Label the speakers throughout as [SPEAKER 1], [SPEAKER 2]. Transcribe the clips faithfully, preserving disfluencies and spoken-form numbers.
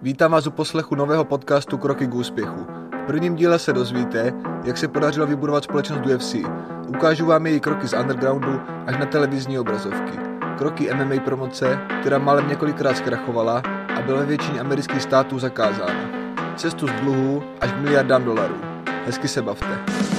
[SPEAKER 1] Vítám vás u poslechu nového podcastu Kroky k úspěchu. V prvním díle se dozvíte, jak se podařilo vybudovat společnost U F C. Ukážu vám její kroky z undergroundu až na televizní obrazovky. Kroky M M A promoce, která málem několikrát zkrachovala a byla ve většině amerických států zakázána. Cestu z dluhů až k miliardám dolarů. Hezky se bavte.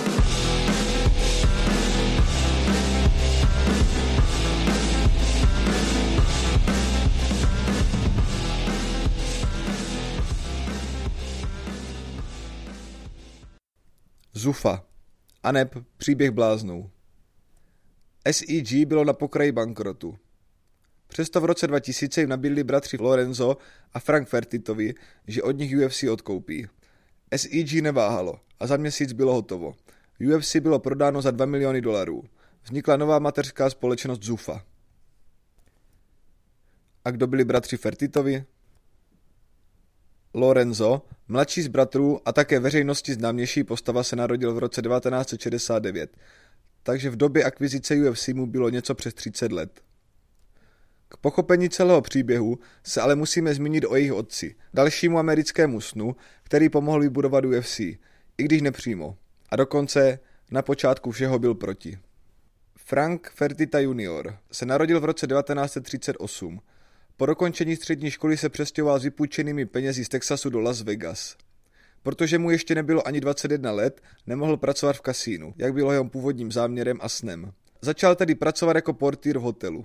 [SPEAKER 1] Zuffa, aneb příběh bláznů. S E G bylo na pokraji bankrotu. Přesto v roce dva tisíce jim nabídli bratři Lorenzo a Frank Fertitovi, že od nich U F C odkoupí. S E G neváhalo a za měsíc bylo hotovo. U F C bylo prodáno za dva miliony dolarů. Vznikla nová mateřská společnost Zuffa. A kdo byli bratři Fertitovi? Lorenzo, mladší z bratrů a také veřejnosti známější postava, se narodil v roce devatenáct set šedesát devět, takže v době akvizice U F C mu bylo něco přes třicet let. K pochopení celého příběhu se ale musíme zmínit o jejich otci, dalšímu americkému snu, který pomohl vybudovat U F C, i když nepřímo. A dokonce na počátku všeho byl proti. Frank Fertitta junior se narodil v roce devatenáct set třicet osm. Po dokončení střední školy se přestěhoval s vypůjčenými penězi z Texasu do Las Vegas. Protože mu ještě nebylo ani dvacet jedna let, nemohl pracovat v kasínu, jak bylo jeho původním záměrem a snem. Začal tedy pracovat jako portýr v hotelu.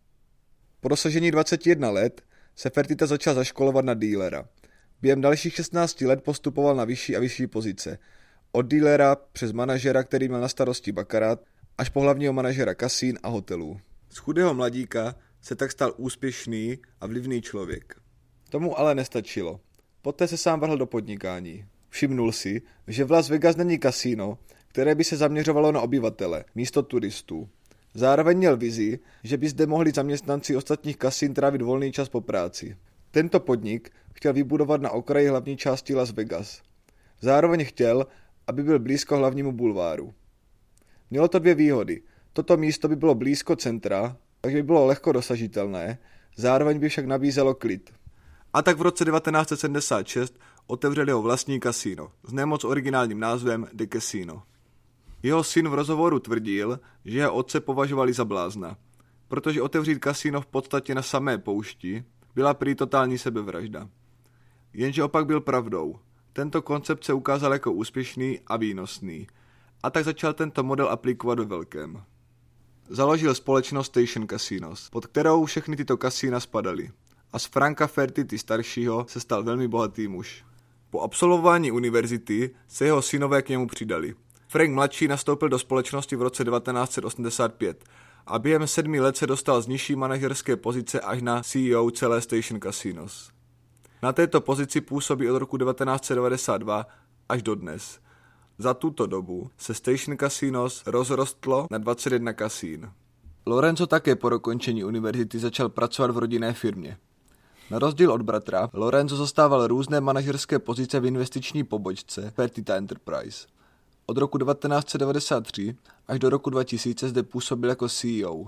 [SPEAKER 1] Po dosažení dvaceti jednoho let se Fertitta začal zaškolovat na dealera. Během dalších šestnácti let postupoval na vyšší a vyšší pozice. Od dealera přes manažera, který měl na starosti bakarát, až po hlavního manažera kasín a hotelů. Z chudého mladíka se tak stal úspěšný a vlivný člověk. Tomu ale nestačilo. Poté se sám vrhl do podnikání. Všimnul si, že v Las Vegas není kasíno, které by se zaměřovalo na obyvatele, místo turistů. Zároveň měl vizi, že by zde mohli zaměstnanci ostatních kasín trávit volný čas po práci. Tento podnik chtěl vybudovat na okraji hlavní části Las Vegas. Zároveň chtěl, aby byl blízko hlavnímu bulváru. Mělo to dvě výhody. Toto místo by bylo blízko centra, takže by bylo lehko dosažitelné, zároveň by však nabízelo klid. A tak v roce devatenáct set sedmdesát šest otevřeli jeho vlastní kasíno s nemoc originálním názvem The Casino. Jeho syn v rozhovoru tvrdil, že jeho otce považovali za blázna, protože otevřít kasíno v podstatě na samé poušti byla prý totální sebevražda. Jenže opak byl pravdou. Tento koncept se ukázal jako úspěšný a výnosný, a tak začal tento model aplikovat ve velkém. Založil společnost Station Casinos, pod kterou všechny tyto kasína spadaly. A z Franka Fertitty staršího se stal velmi bohatý muž. Po absolvování univerzity se jeho synové k němu přidali. Frank mladší nastoupil do společnosti v roce devatenáct set osmdesát pět a během sedmi let se dostal z nižší manažerské pozice až na C E O celé Station Casinos. Na této pozici působí od roku devatenáct set devadesát dva až dodnes. Za tuto dobu se Station Casinos rozrostlo na dvacet jedna kasín. Lorenzo také po dokončení univerzity začal pracovat v rodinné firmě. Na rozdíl od bratra, Lorenzo zastával různé manažerské pozice v investiční pobočce Fertitta Enterprise. Od roku devatenáct set devadesát tři až do roku dva tisíce zde působil jako C E O.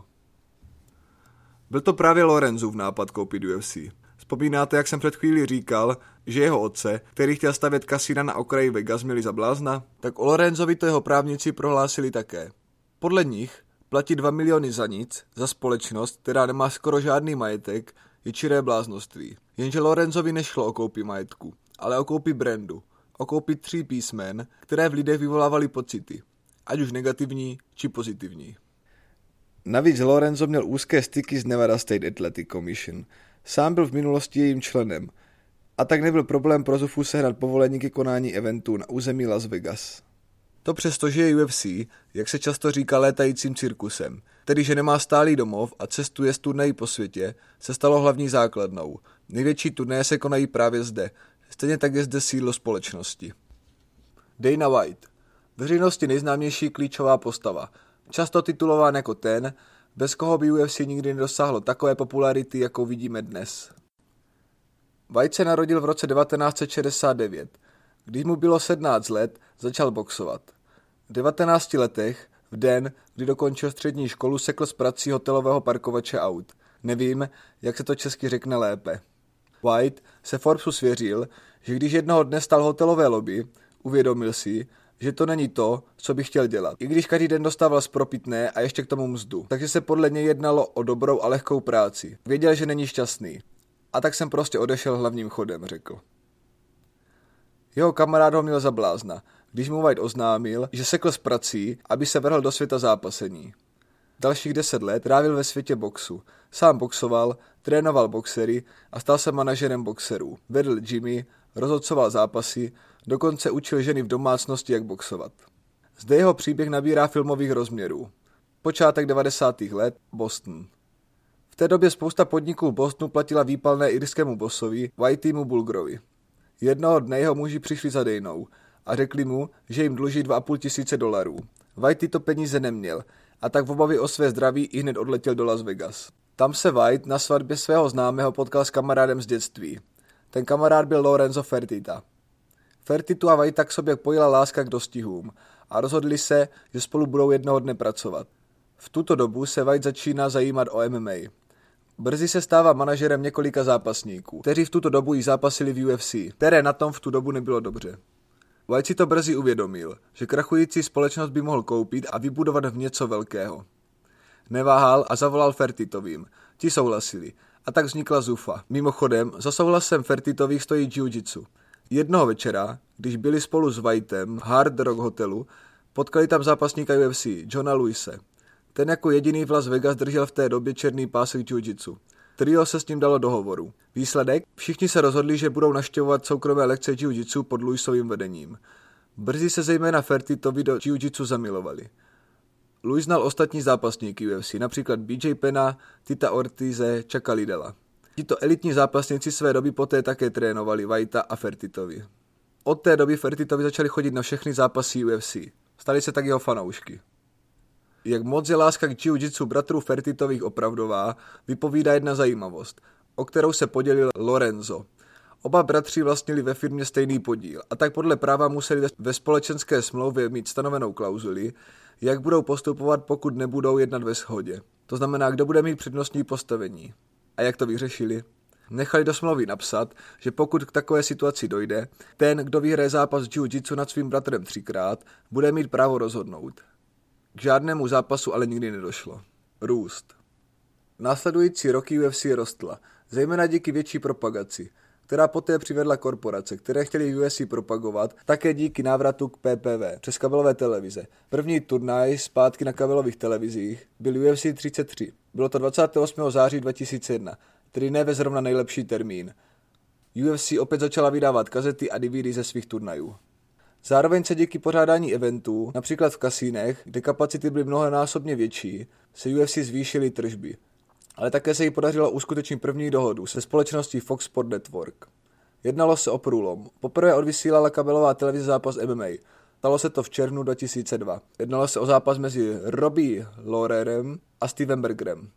[SPEAKER 1] Byl to právě Lorenzův nápad koupit U F C. Vzpomínáte, jak jsem před chvílí říkal, že jeho otce, který chtěl stavět kasína na okraji Vegas, měli za blázna? Tak o Lorenzovi to jeho právníci prohlásili také. Podle nich platit dva miliony za nic, za společnost, která nemá skoro žádný majetek, je čiré bláznoství. Jenže Lorenzovi nešlo o koupi majetku, ale o koupi brandu, o koupi tří písmen, které v lidech vyvolávaly pocity, ať už negativní či pozitivní. Navíc Lorenzo měl úzké styky s Nevada State Athletic Commission. Sám byl v minulosti jejím členem, a tak nebyl problém pro Zuffu sehnat povolení ke konání eventů na území Las Vegas. To přesto, že je U F C, jak se často říká, létajícím cirkusem, tedy že nemá stálý domov a cestuje z turnají po světě, se stalo hlavní základnou. Největší turnaje se konají právě zde, stejně tak je zde sídlo společnosti. Dana White, veřejnosti nejznámější klíčová postava, často titulován jako ten, bez koho by U F C nikdy nedosáhlo takové popularity, jakou vidíme dnes. White se narodil v roce devatenáct set šedesát devět. Když mu bylo sedmnáct let, začal boxovat. V devatenácti letech, v den, kdy dokončil střední školu, sekl s prací hotelového parkovače aut. Nevím, jak se to česky řekne lépe. White se Forbesu svěřil, že když jednoho dne stal hotelové lobby, uvědomil si, že to není to, co by chtěl dělat. I když každý den dostával spropitné a ještě k tomu mzdu. Takže se podle něj jednalo o dobrou a lehkou práci. Věděl, že není šťastný. A tak jsem prostě odešel hlavním chodem, řekl. Jeho kamarád ho měl za blázna, když mu White oznámil, že sekl s prací, aby se vrhl do světa zápasení. Dalších deset let trávil ve světě boxu. Sám boxoval, trénoval boxery a stal se manažerem boxerů. Vedl Jimmy, rozhodcoval zápasy, dokonce učil ženy v domácnosti, jak boxovat. Zde jeho příběh nabírá filmových rozměrů. Počátek devadesátých let, Boston. V té době spousta podniků v Bostonu platila výpalné irskému bossovi Whiteymu Bulgrovi. Jednoho dne jeho muži přišli za Dejnou a řekli mu, že jim dluží dva a půl tisíce dolarů. White tyto peníze neměl a tak v obavě o své zdraví i hned odletěl do Las Vegas. Tam se White na svatbě svého známého potkal s kamarádem z dětství. Ten kamarád byl Lorenzo Fertitta. Fertitu a White tak sobě pojila láska k dostihům a rozhodli se, že spolu budou jednoho dne pracovat. V tuto dobu se White začíná zajímat o M M A. Brzy se stává manažerem několika zápasníků, kteří v tuto dobu již zápasili v U F C, které na tom v tu dobu nebylo dobře. White si to brzy uvědomil, že krachující společnost by mohl koupit a vybudovat v něco velkého. Neváhal a zavolal Fertittovým. Ti souhlasili a tak vznikla Zuffa. Mimochodem, za souhlasem Fertittových stojí jiu-jitsu. Jednoho večera, když byli spolu s Whitem v Hard Rock hotelu, potkali tam zápasníka U F C, Johna Lewise. Ten jako jediný v Las Vegas držel v té době černý pásek jiu-jitsu. Trio se s ním dalo do hovoru. Výsledek? Všichni se rozhodli, že budou navštěvovat soukromé lekce jiu-jitsu pod Lewisovým vedením. Brzy se zejména Fertittovi do jiu-jitsu zamilovali. Lewis znal ostatní zápasníky U F C, například B J Penna, Tita Ortize, Chucka Liddella. Tito elitní zápasníci své doby poté také trénovali Whitea a Fertittovi. Od té doby Fertittovi začali chodit na všechny zápasy U F C. Stali se tak jeho fanoušky. Jak moc je láska k jiu-jitsu bratrů Fertittových opravdová, vypovídá jedna zajímavost, o kterou se podělil Lorenzo. Oba bratři vlastnili ve firmě stejný podíl a tak podle práva museli ve společenské smlouvě mít stanovenou klauzuli, jak budou postupovat, pokud nebudou jednat ve shodě. To znamená, kdo bude mít přednostní postavení. A jak to vyřešili? Nechali do smlouvy napsat, že pokud k takové situaci dojde, ten, kdo vyhraje zápas jiu-jitsu nad svým bratrem třikrát, bude mít právo rozhodnout. K žádnému zápasu ale nikdy nedošlo. Růst. Následující roky U F C rostla, zejména díky větší propagaci, která poté přivedla korporace, které chtěly U F C propagovat, také díky návratu k P P V přes kabelové televize. První turnaj zpátky na kabelových televizích byl U F C třicet tři. Bylo to dvacátého osmého září dva tisíce jedna, tedy ne ve zrovna nejlepší termín. U F C opět začala vydávat kazety a D V D ze svých turnajů. Zároveň se díky pořádání eventů, například v kasínech, kde kapacity byly mnohonásobně větší, se U F C zvýšily tržby. Ale také se jí podařilo uskutečnit první dohodu se společností Fox Sport Network. Jednalo se o průlom. Poprvé odvysílala kabelová televize zápas M M A. Stalo se to v červnu dva tisíce dva. Jednalo se o zápas mezi Robbie Lawlerem a Stevem Bergerem.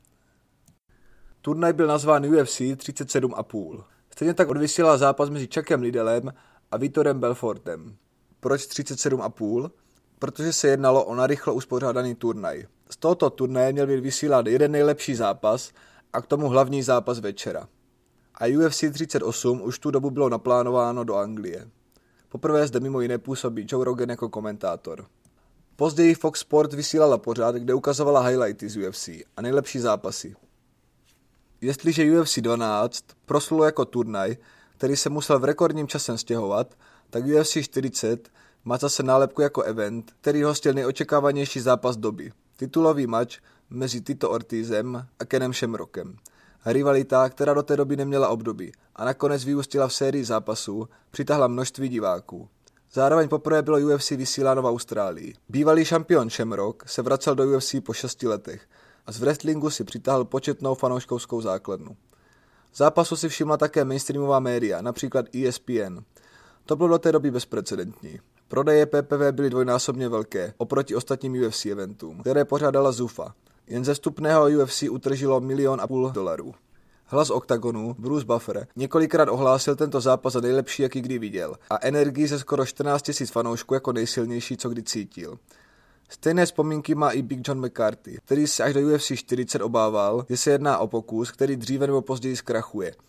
[SPEAKER 1] Turnaj byl nazván U F C třicet sedm a půl. Stejně tak odvysílala zápas mezi Chuckem Liddellem a Vitorem Belfortem. Proč třicet sedm a půl? Protože se jednalo o narychlo uspořádaný turnaj. Z tohoto turnaje měl být vysílat jeden nejlepší zápas a k tomu hlavní zápas večera. A U F C třicet osm už tu dobu bylo naplánováno do Anglie. Poprvé zde mimo jiné působí Joe Rogan jako komentátor. Později Fox Sport vysílala pořad, kde ukazovala highlighty z U F C a nejlepší zápasy. Jestliže U F C dvanáct proslulo jako turnaj, který se musel v rekordním časem stěhovat, tak U F C čtyřicet má zase nálepku jako event, který hostil nejočekávanější zápas doby. Titulový mač mezi Tito Ortizem a Kenem Shamrockem. Rivalita, která do té doby neměla obdoby a nakonec vyústila v sérii zápasů, přitáhla množství diváků. Zároveň poprvé bylo U F C vysíláno v Austrálii. Bývalý šampion Shamrock se vracel do U F C po šesti letech a z wrestlingu si přitáhl početnou fanouškovskou základnu. Zápasu si všimla také mainstreamová média, například E S P N. To bylo do té doby bezprecedentní. Prodeje P P V byly dvojnásobně velké oproti ostatním U F C eventům, které pořádala Zuffa. Jen ze vstupného U F C utržilo milion a půl dolarů. Hlas Oktagonu, Bruce Buffer, několikrát ohlásil tento zápas za nejlepší, jaký kdy viděl, a energii ze skoro čtrnáct tisíc fanoušků jako nejsilnější, co kdy cítil. Stejné vzpomínky má i Big John McCarthy, který se až do U F C čtyřicet obával, že se jedná o pokus, který dříve nebo později zkrachuje.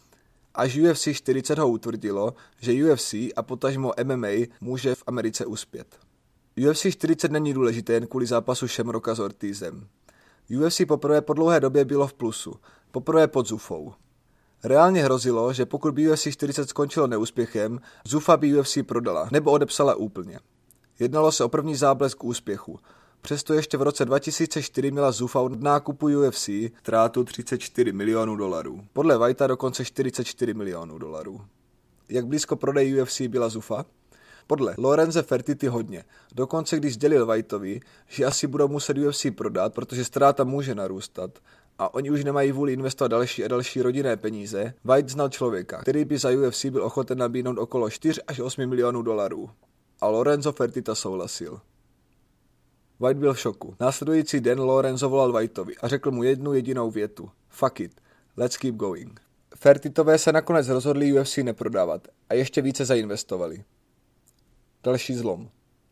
[SPEAKER 1] Až U F C čtyřicet ho utvrdilo, že U F C a potažmo M M A může v Americe uspět. U F C čtyřicet není důležité jen kvůli zápasu Shamrocka s Ortizem. U F C poprvé po dlouhé době bylo v plusu, poprvé pod Zufou. Reálně hrozilo, že pokud by U F C čtyřicet skončilo neúspěchem, Zuffa by U F C prodala nebo odepsala úplně. Jednalo se o první záblesk úspěchu. Přesto ještě v roce dva tisíce čtyři měla Zuffa od nákupu U F C ztrátu třicet čtyři milionů dolarů. Podle Whitea dokonce čtyřicet čtyři milionů dolarů. Jak blízko prodej U F C byla Zuffa? Podle Lorenze Fertitti hodně. Dokonce když sdělil Whiteovi, že asi budou muset U F C prodat, protože ztráta může narůstat a oni už nemají vůli investovat další a další rodinné peníze, White znal člověka, který by za U F C byl ochoten nabídnout okolo čtyři až osm milionů dolarů. A Lorenzo Fertitta souhlasil. White byl v šoku. Následující den Lorenzo volal Whiteovi a řekl mu jednu jedinou větu. Fuck it, let's keep going. Fertittové se nakonec rozhodli U F C neprodávat a ještě více zainvestovali. Další zlom.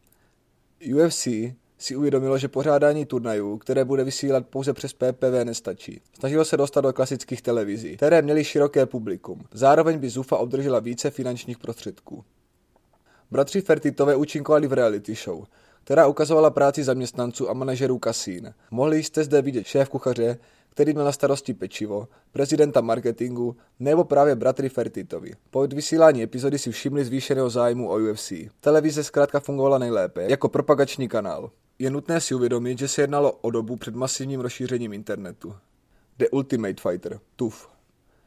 [SPEAKER 1] U F C si uvědomilo, že pořádání turnajů, které bude vysílat pouze přes P P V, nestačí. Snažilo se dostat do klasických televizí, které měly široké publikum. Zároveň by Zuffa obdržela více finančních prostředků. Bratři Fertittové účinkovali v reality show, která ukazovala práci zaměstnanců a manažerů kasín. Mohli jste zde vidět šéf kuchaře, který měl na starosti pečivo, prezidenta marketingu nebo právě bratry Fertittovi. Po vysílání epizody si všimli zvýšeného zájmu o U F C. Televize zkrátka fungovala nejlépe jako propagační kanál. Je nutné si uvědomit, že se jednalo o dobu před masivním rozšířením internetu. The Ultimate Fighter, T U F.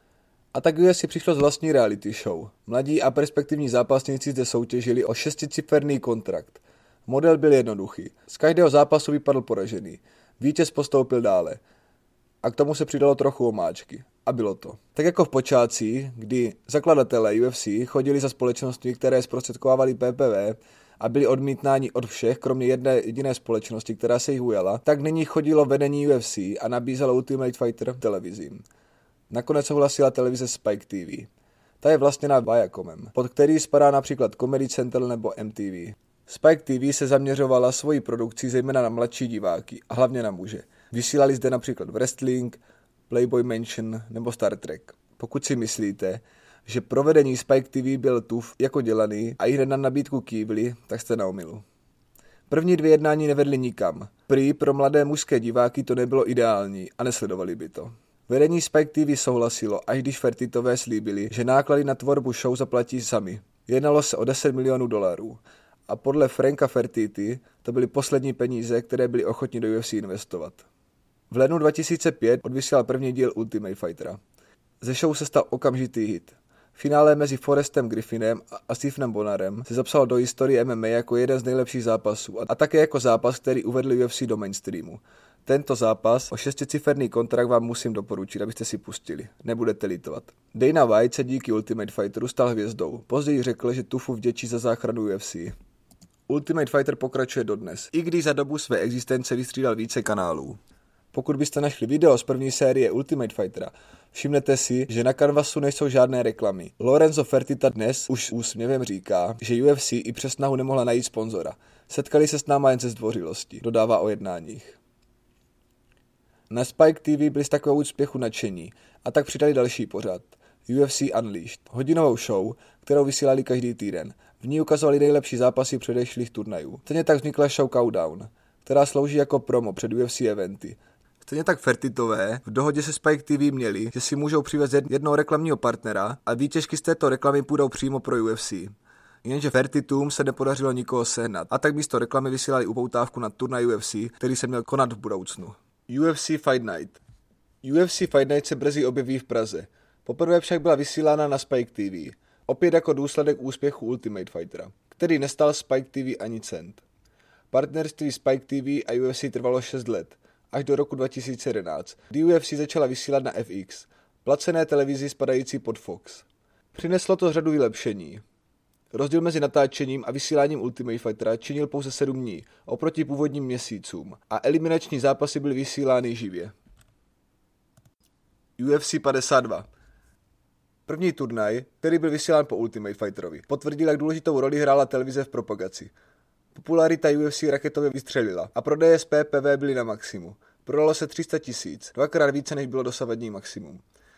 [SPEAKER 1] A tak U F C přišlo z vlastní reality show. Mladí a perspektivní zápasníci zde soutěžili o šesticiferný kontrakt. Model byl jednoduchý. Z každého zápasu vypadl poražený. Vítěz postoupil dále. A k tomu se přidalo trochu omáčky. A bylo to. Tak jako v počátcích, kdy zakladatelé U F C chodili za společnostmi, které zprostředkovávaly P P V a byli odmítnáni od všech, kromě jedné jediné společnosti, která se jich ujala, tak nyní chodilo vedení U F C a nabízelo Ultimate Fighter televizím. Nakonec souhlasila televize Spike T V. Ta je vlastněná Viacomem, pod který spadá například Comedy Central nebo M T V. Spike T V se zaměřovala svoji produkci zejména na mladší diváky a hlavně na muže. Vysílali zde například wrestling, Playboy Mansion nebo Star Trek. Pokud si myslíte, že provedení Spike T V byl T U F jako dělaný a i hned na nabídku kývli, tak jste na omylu. První dvě jednání nevedly nikam. Prý pro mladé mužské diváky to nebylo ideální a nesledovali by to. Vedení Spike T V souhlasilo, až když Fertittové slíbili, že náklady na tvorbu show zaplatí sami. Jednalo se o deset milionů dolarů. A podle Franka Fertitti to byly poslední peníze, které byli ochotni do U F C investovat. V lednu dva tisíce pět odvysílal první díl Ultimate Fightera. Ze show se stal okamžitý hit. Finále mezi Forrestem Griffinem a Stephenem Bonarem se zapsalo do historie M M A jako jeden z nejlepších zápasů a také jako zápas, který uvedl U F C do mainstreamu. Tento zápas o šesticiferný kontrakt vám musím doporučit, abyste si pustili. Nebudete litovat. Dana White se díky Ultimate Fighteru stal hvězdou. Později řekl, že T U F vděčí za záchranu U F C. Ultimate Fighter pokračuje dodnes, i když za dobu své existence vystřídal více kanálů. Pokud byste našli video z první série Ultimate Fightera, všimnete si, že na kanvasu nejsou žádné reklamy. Lorenzo Fertitta dnes už s úsměvem říká, že U F C i přes snahu nemohla najít sponzora. Setkali se s náma jen ze zdvořilosti, dodává o jednáních. Na Spike T V byli z takového úspěchu nadšení a tak přidali další pořad. U F C Unleashed, hodinovou show, kterou vysílali každý týden. V ní ukazovali nejlepší zápasy předešlých turnajů. Stejně tak vznikla show Countdown, která slouží jako promo před U F C eventy. Stejně tak Fertittové v dohodě se Spike T V měli, že si můžou přivést jednoho reklamního partnera a výtěžky z této reklamy půjdou přímo pro U F C. Jenže Fertittům se nepodařilo nikoho sehnat a tak místo reklamy vysílali upoutávku na turnaj U F C, který se měl konat v budoucnu. U F C Fight Night. U F C Fight Night se brzy objeví v Praze. Poprvé však byla vysílána na Spike T V. Opět jako důsledek úspěchu Ultimate Fightera, který nestal Spike T V ani cent. Partnerství Spike T V a U F C trvalo šest let, až do roku dva tisíce jedenáct, kdy U F C začala vysílat na F X, placené televizi spadající pod Fox. Přineslo to řadu vylepšení. Rozdíl mezi natáčením a vysíláním Ultimate Fightera činil pouze sedm dní, oproti původním měsícům, a eliminační zápasy byly vysílány živě. U F C padesát dva. První turnaj, který byl vysílán po Ultimate Fighterovi, potvrdil, jak důležitou roli hrála televize v propagaci. Popularita U F C raketově vystřelila a prodeje z P P V byly na maximu. Prodalo se tři sta tisíc, dvakrát více než bylo dosavadní maximum.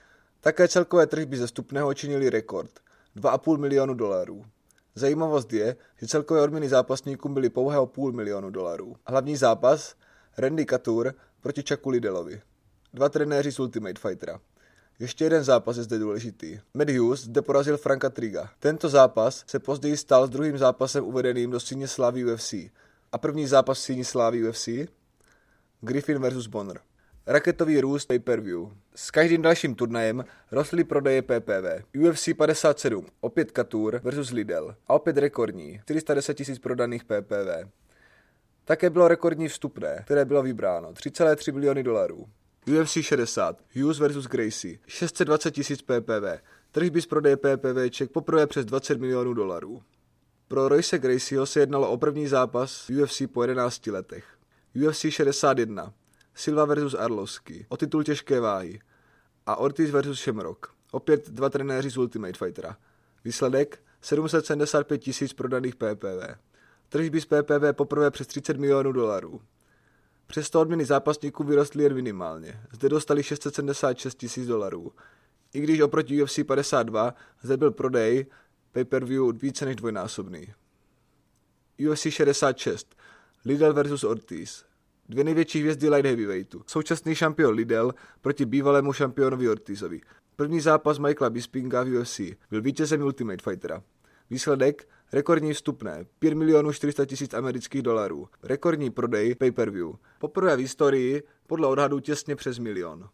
[SPEAKER 1] Také celkové tržby ze vstupného činily rekord dva a půl milionu dolarů. Zajímavost je, že celkové odměny zápasníkům byly pouhého půl milionu dolarů. Hlavní zápas Randy Couture proti Chucku Liddellovi. Dva trenéři z Ultimate Fightera. Ještě jeden zápas je zde důležitý. Matt Hughes zde porazil Franka Trigga. Tento zápas se později stal s druhým zápasem uvedeným do síně slávy U F C. A první zápas v síni slávy U F C? Griffin versus Bonner. Raketový růst pay-per-view. S každým dalším turnajem rostly prodeje P P V. U F C padesát sedm, opět Couture versus Liddell a opět rekordní, čtyři sta deset tisíc prodaných P P V. Také bylo rekordní vstupné, které bylo vybráno, tři celé tři miliony dolarů. U F C šedesát, Hughes versus Gracie, šest set dvacet tisíc P P V, tržby z prodeje PPVček poprvé přes dvacet milionů dolarů. Pro Royce Gracieho se jednalo o první zápas U F C po jedenácti letech. U F C šedesát jedna, Silva versus Arlovski, o titul těžké váhy. A Ortiz versus Shamrock, opět dva trenéři z Ultimate Fightera. Výsledek sedm set sedmdesát pět tisíc prodaných P P V. Tržby z P P V poprvé přes třicet milionů dolarů. Přesto odměny zápasníků vyrostly jen minimálně. Zde dostali šest set sedmdesát šest tisíc dolarů. I když oproti U F C padesát dva zde byl prodej pay-per-view více než dvojnásobný. U F C šedesát šest, Liddell versus Ortiz. Dvě největší hvězdy light heavyweightu. Současný šampion Liddell proti bývalému šampionovi Ortizovi. První zápas Michaela Bispinga v U F C byl vítězem Ultimate Fightera. Výsledek rekordní vstupné pět milionů čtyři sta tisíc amerických dolarů. Rekordní prodej pay-per-view. Poprvé v historii podle odhadů těsně přes milion.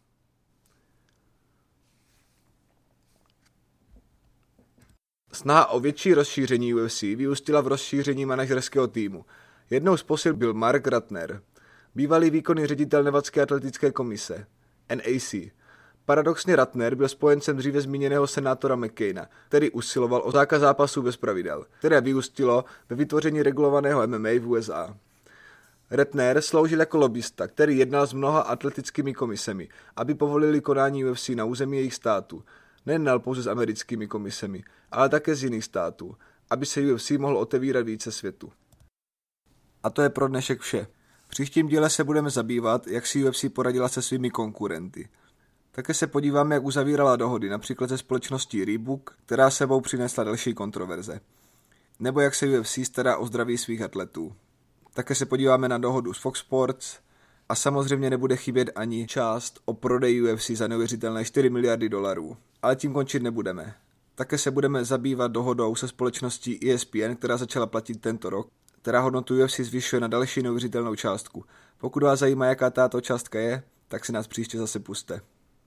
[SPEAKER 1] Snaha o větší rozšíření U F C vyústila v rozšíření manažerského týmu. Jednou z posil byl Mark Ratner, bývalý výkonný ředitel Nevadské atletické komise, N A C. Paradoxně Ratner byl spojencem dříve zmíněného senátora McCaina, který usiloval o zákaz zápasů bez pravidel, které vyústilo ve vytvoření regulovaného M M A v U S A. Ratner sloužil jako lobbysta, který jednal s mnoha atletickými komisemi, aby povolili konání U F C na území jejich státu. Nejednal pouze s americkými komisemi, ale také z jiných států, aby se U F C mohl otevírat více světu. A to je pro dnešek vše. V příštím díle se budeme zabývat, jak si U F C poradila se svými konkurenty. Také se podíváme, jak uzavírala dohody, například se společností Reebok, která sebou přinesla další kontroverze. Nebo jak se U F C stará o zdraví svých atletů. Také se podíváme na dohodu s Fox Sports a samozřejmě nebude chybět ani část o prodeji U F C za neuvěřitelné čtyři miliardy dolarů. Ale tím končit nebudeme. Také se budeme zabývat dohodou se společností E S P N, která začala platit tento rok, která hodnotu U F C zvyšuje na další neuvěřitelnou částku. Pokud vás zajímá, jaká tato částka je, tak si nás příště zase puste.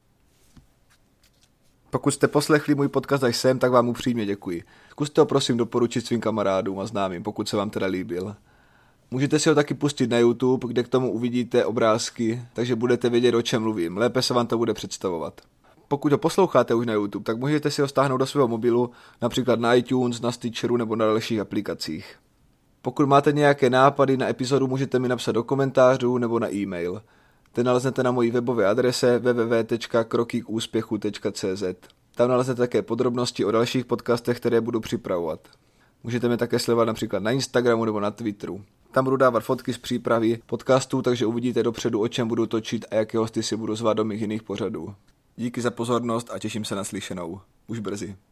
[SPEAKER 1] Pokud jste poslechli můj podcast až sem, tak vám upřímně děkuji. Zkuste ho prosím doporučit svým kamarádům a známým, pokud se vám teda líbil. Můžete si ho taky pustit na YouTube, kde k tomu uvidíte obrázky, takže budete vědět, o čem mluvím. Lépe se vám to bude představovat. Pokud ho posloucháte už na YouTube, tak můžete si ho stáhnout do svého mobilu, například na iTunes, na Stitcheru nebo na dalších aplikacích. Pokud máte nějaké nápady na epizodu, můžete mi napsat do komentářů nebo na e-mail. Ten naleznete na mojí webové adrese w w w tečka kroky k úspěchu tečka c z. Tam naleznete také podrobnosti o dalších podcastech, které budu připravovat. Můžete mě také sledovat například na Instagramu nebo na Twitteru. Tam budu dávat fotky z přípravy podcastů, takže uvidíte dopředu, o čem budu točit a jaké hosty si budu zvát do mých jiných pořadů. Díky za pozornost a těším se na slyšenou. Už brzy.